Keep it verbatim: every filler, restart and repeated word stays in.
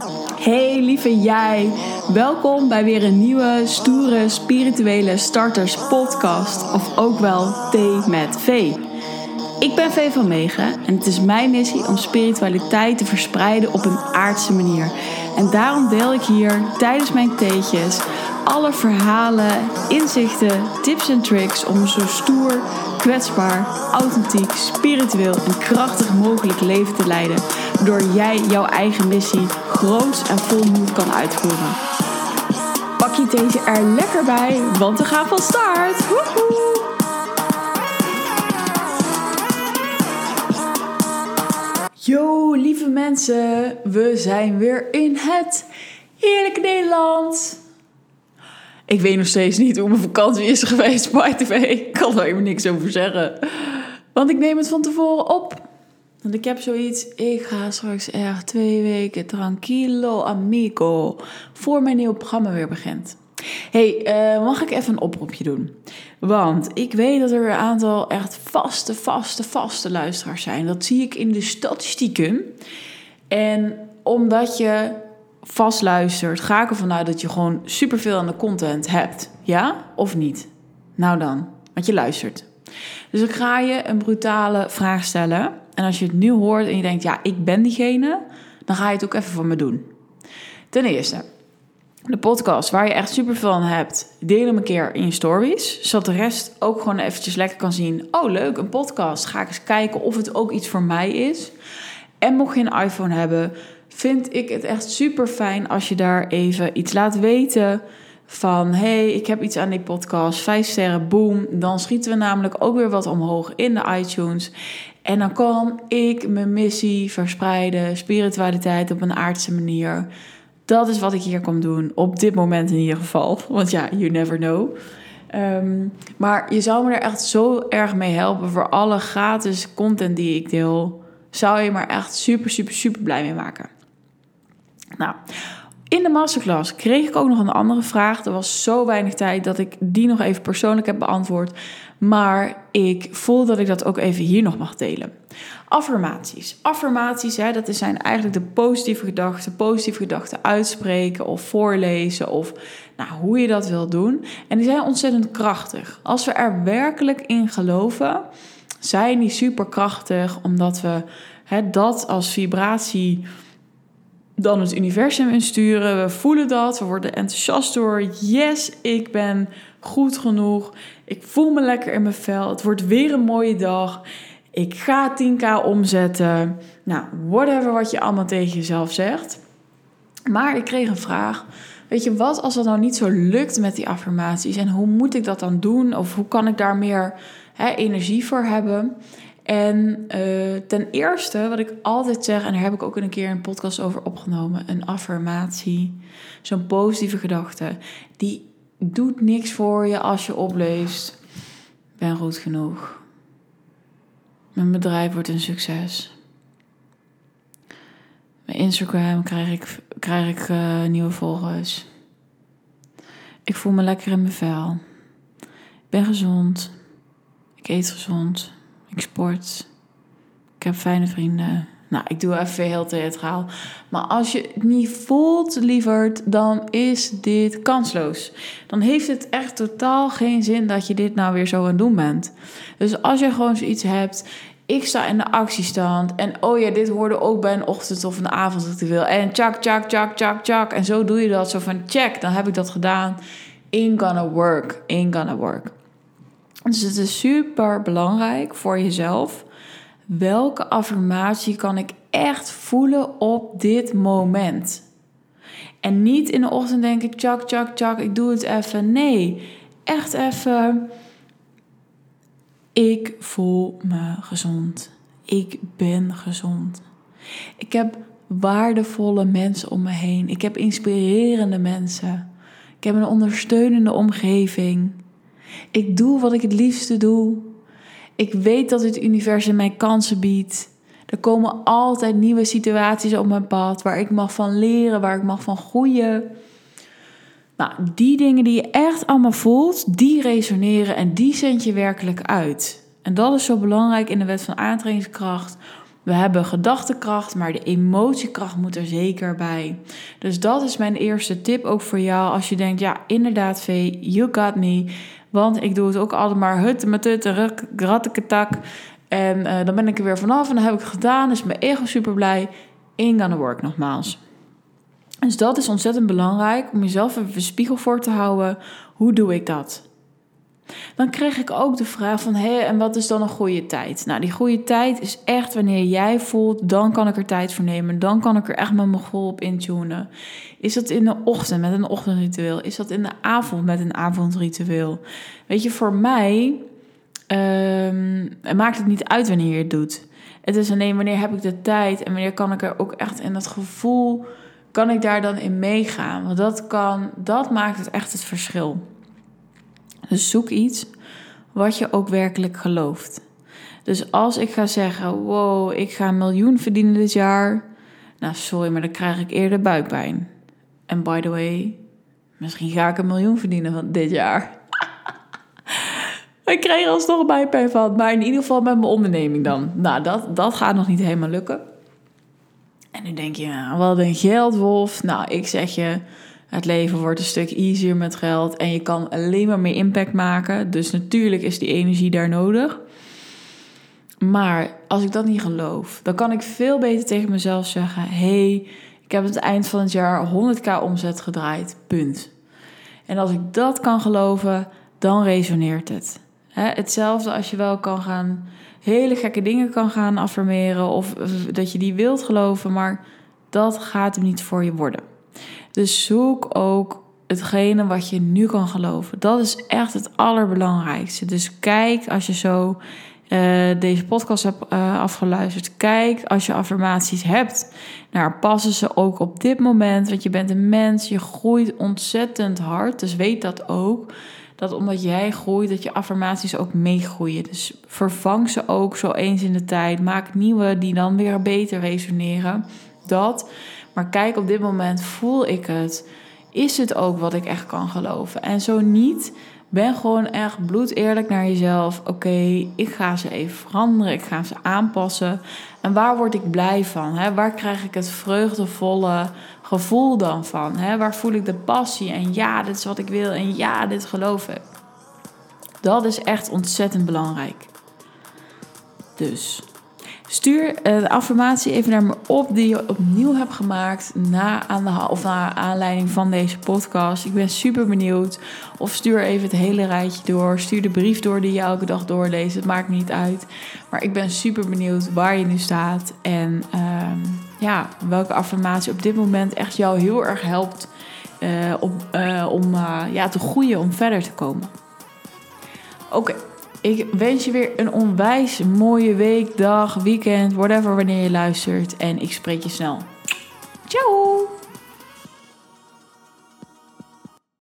Hey lieve jij, welkom bij weer een nieuwe stoere spirituele starters podcast, of ook wel Thee met V. Ik ben V van Meegen en het is mijn missie om spiritualiteit te verspreiden op een aardse manier. En daarom deel ik hier tijdens mijn theetjes alle verhalen, inzichten, tips en tricks om een zo stoer, kwetsbaar, authentiek, spiritueel en krachtig mogelijk leven te leiden, waardoor jij jouw eigen missie groots en vol moed kan uitvoeren. Pak je theetje er lekker bij, want we gaan van start! Woehoe! Yo, lieve mensen, we zijn weer in het heerlijke Nederland. Ik weet nog steeds niet hoe mijn vakantie is geweest, by the way. Ik kan er helemaal niks over zeggen. Want ik neem het van tevoren op. Want ik heb zoiets, ik ga straks echt twee weken tranquilo amigo voor mijn nieuwe programma weer begint. Hey, uh, mag ik even een oproepje doen? Want ik weet dat er een aantal echt vaste, vaste, vaste luisteraars zijn. Dat zie ik in de statistieken. En omdat je vast luistert, ga ik ervan uit dat je gewoon superveel aan de content hebt. Ja? Of niet? Nou dan, want je luistert. Dus ik ga je een brutale vraag stellen. En als je het nu hoort en je denkt, ja, ik ben diegene, dan ga je het ook even voor me doen. Ten eerste, de podcast waar je echt superveel aan hebt, deel hem een keer in je stories, zodat de rest ook gewoon eventjes lekker kan zien. Oh, leuk, een podcast. Ga ik eens kijken of het ook iets voor mij is. En mocht je een iPhone hebben, vind ik het echt super fijn als je daar even iets laat weten van, hey, ik heb iets aan die podcast, vijf sterren, boom. Dan schieten we namelijk ook weer wat omhoog in de iTunes. En dan kan ik mijn missie verspreiden, spiritualiteit op een aardse manier. Dat is wat ik hier kom doen, op dit moment in ieder geval. Want ja, you never know. Um, maar je zou me er echt zo erg mee helpen voor alle gratis content die ik deel. Zou je me er echt super, super, super blij mee maken. Nou, in de masterclass kreeg ik ook nog een andere vraag. Er was zo weinig tijd dat ik die nog even persoonlijk heb beantwoord. Maar ik voel dat ik dat ook even hier nog mag delen. Affirmaties. Affirmaties, hè, dat zijn eigenlijk de positieve gedachten. Positieve gedachten uitspreken of voorlezen of nou, hoe je dat wil doen. En die zijn ontzettend krachtig. Als we er werkelijk in geloven, zijn die superkrachtig. Omdat we hè, dat als vibratie dan het universum insturen. We voelen dat, we worden enthousiast door. Yes, ik ben goed genoeg. Ik voel me lekker in mijn vel. Het wordt weer een mooie dag. Ik ga tien k omzetten. Nou, whatever wat je allemaal tegen jezelf zegt. Maar ik kreeg een vraag. Weet je, wat als dat nou niet zo lukt met die affirmaties? En hoe moet ik dat dan doen? Of hoe kan ik daar meer hè, energie voor hebben? En uh, ten eerste, wat ik altijd zeg, en daar heb ik ook een keer een podcast over opgenomen, een affirmatie, zo'n positieve gedachte, die doet niks voor je als je opleest. Ben goed genoeg. Mijn bedrijf wordt een succes. Mijn Instagram krijg ik, krijg ik uh, nieuwe volgers. Ik voel me lekker in mijn vel. Ik ben gezond. Ik eet gezond. Ik sport. Ik heb fijne vrienden. Nou, ik doe even heel theatraal. Maar als je het niet voelt, lieverd, dan is dit kansloos. Dan heeft het echt totaal geen zin dat je dit nou weer zo aan het doen bent. Dus als je gewoon zoiets hebt, ik sta in de actiestand en oh ja, dit hoorde ook bij een ochtend- of een avondritueel. En tjak, tjak, tjak, tjak, tjak. En zo doe je dat. Zo van check, dan heb ik dat gedaan. Ain't gonna work. Ain't gonna work. Dus het is super belangrijk voor jezelf. Welke affirmatie kan ik echt voelen op dit moment? En niet in de ochtend denken, tjak, tjak, tjak, ik doe het even. Nee, echt even. Ik voel me gezond. Ik ben gezond. Ik heb waardevolle mensen om me heen. Ik heb inspirerende mensen. Ik heb een ondersteunende omgeving. Ik doe wat ik het liefste doe. Ik weet dat het universum mij kansen biedt. Er komen altijd nieuwe situaties op mijn pad waar ik mag van leren, waar ik mag van groeien. Nou, die dingen die je echt allemaal voelt, die resoneren en die zend je werkelijk uit. En dat is zo belangrijk in de wet van aantrekkingskracht, We hebben gedachtekracht, maar de emotiekracht moet er zeker bij. Dus dat is mijn eerste tip ook voor jou. Als je denkt, ja, inderdaad, Vee, you got me. Want ik doe het ook altijd maar hutte met hutte, ratteketak. En uh, dan ben ik er weer vanaf en dan heb ik het gedaan. Dus mijn ego super blij. Ain't gonna work, nogmaals. Dus dat is ontzettend belangrijk om jezelf even een spiegel voor te houden. Hoe doe ik dat? Dan kreeg ik ook de vraag van, hé, en wat is dan een goede tijd? Nou, die goede tijd is echt wanneer jij voelt, dan kan ik er tijd voor nemen. Dan kan ik er echt met mijn gevoel op intunen. Is dat in de ochtend met een ochtendritueel? Is dat in de avond met een avondritueel? Weet je, voor mij um, maakt het niet uit wanneer je het doet. Het is alleen wanneer heb ik de tijd en wanneer kan ik er ook echt in dat gevoel, kan ik daar dan in meegaan? Want dat kan, dat maakt het echt het verschil. Dus zoek iets wat je ook werkelijk gelooft. Dus als ik ga zeggen, wow, ik ga een miljoen verdienen dit jaar. Nou, sorry, maar dan krijg ik eerder buikpijn. En by the way, misschien ga ik een miljoen verdienen van dit jaar. Ik krijg er alsnog buikpijn van. Maar in ieder geval met mijn onderneming dan. Nou, dat, dat gaat nog niet helemaal lukken. En nu denk je, nou, wat een geldwolf. Nou, ik zeg je, het leven wordt een stuk easier met geld. En je kan alleen maar meer impact maken. Dus natuurlijk is die energie daar nodig. Maar als ik dat niet geloof, dan kan ik veel beter tegen mezelf zeggen, hey, ik heb aan het eind van het jaar honderdduizend omzet gedraaid. Punt. En als ik dat kan geloven, dan resoneert het. He, hetzelfde als je wel kan gaan, hele gekke dingen kan gaan affirmeren. Of dat je die wilt geloven, maar dat gaat hem niet voor je worden. Dus zoek ook hetgene wat je nu kan geloven. Dat is echt het allerbelangrijkste. Dus kijk als je zo uh, deze podcast hebt uh, afgeluisterd. Kijk als je affirmaties hebt. Nou, passen ze ook op dit moment. Want je bent een mens, je groeit ontzettend hard. Dus weet dat ook. Dat omdat jij groeit, dat je affirmaties ook meegroeien. Dus vervang ze ook zo eens in de tijd. Maak nieuwe die dan weer beter resoneren. Dat. Maar kijk, op dit moment voel ik het. Is het ook wat ik echt kan geloven? En zo niet, ben gewoon echt bloedeerlijk naar jezelf. Oké, okay, ik ga ze even veranderen. Ik ga ze aanpassen. En waar word ik blij van? Hè? Waar krijg ik het vreugdevolle gevoel dan van? Hè? Waar voel ik de passie? En ja, dit is wat ik wil. En ja, dit geloof ik. Dat is echt ontzettend belangrijk. Dus stuur de affirmatie even naar me op die je opnieuw hebt gemaakt na aan de, of naar aanleiding van deze podcast. Ik ben super benieuwd. Of stuur even het hele rijtje door. Stuur de brief door die je elke dag doorleest. Het maakt me niet uit. Maar ik ben super benieuwd waar je nu staat. En um, ja, welke affirmatie op dit moment echt jou heel erg helpt uh, om, uh, om uh, ja, te groeien, om verder te komen. Oké. Okay. Ik wens je weer een onwijs mooie week, dag, weekend, whatever, wanneer je luistert. En ik spreek je snel. Ciao!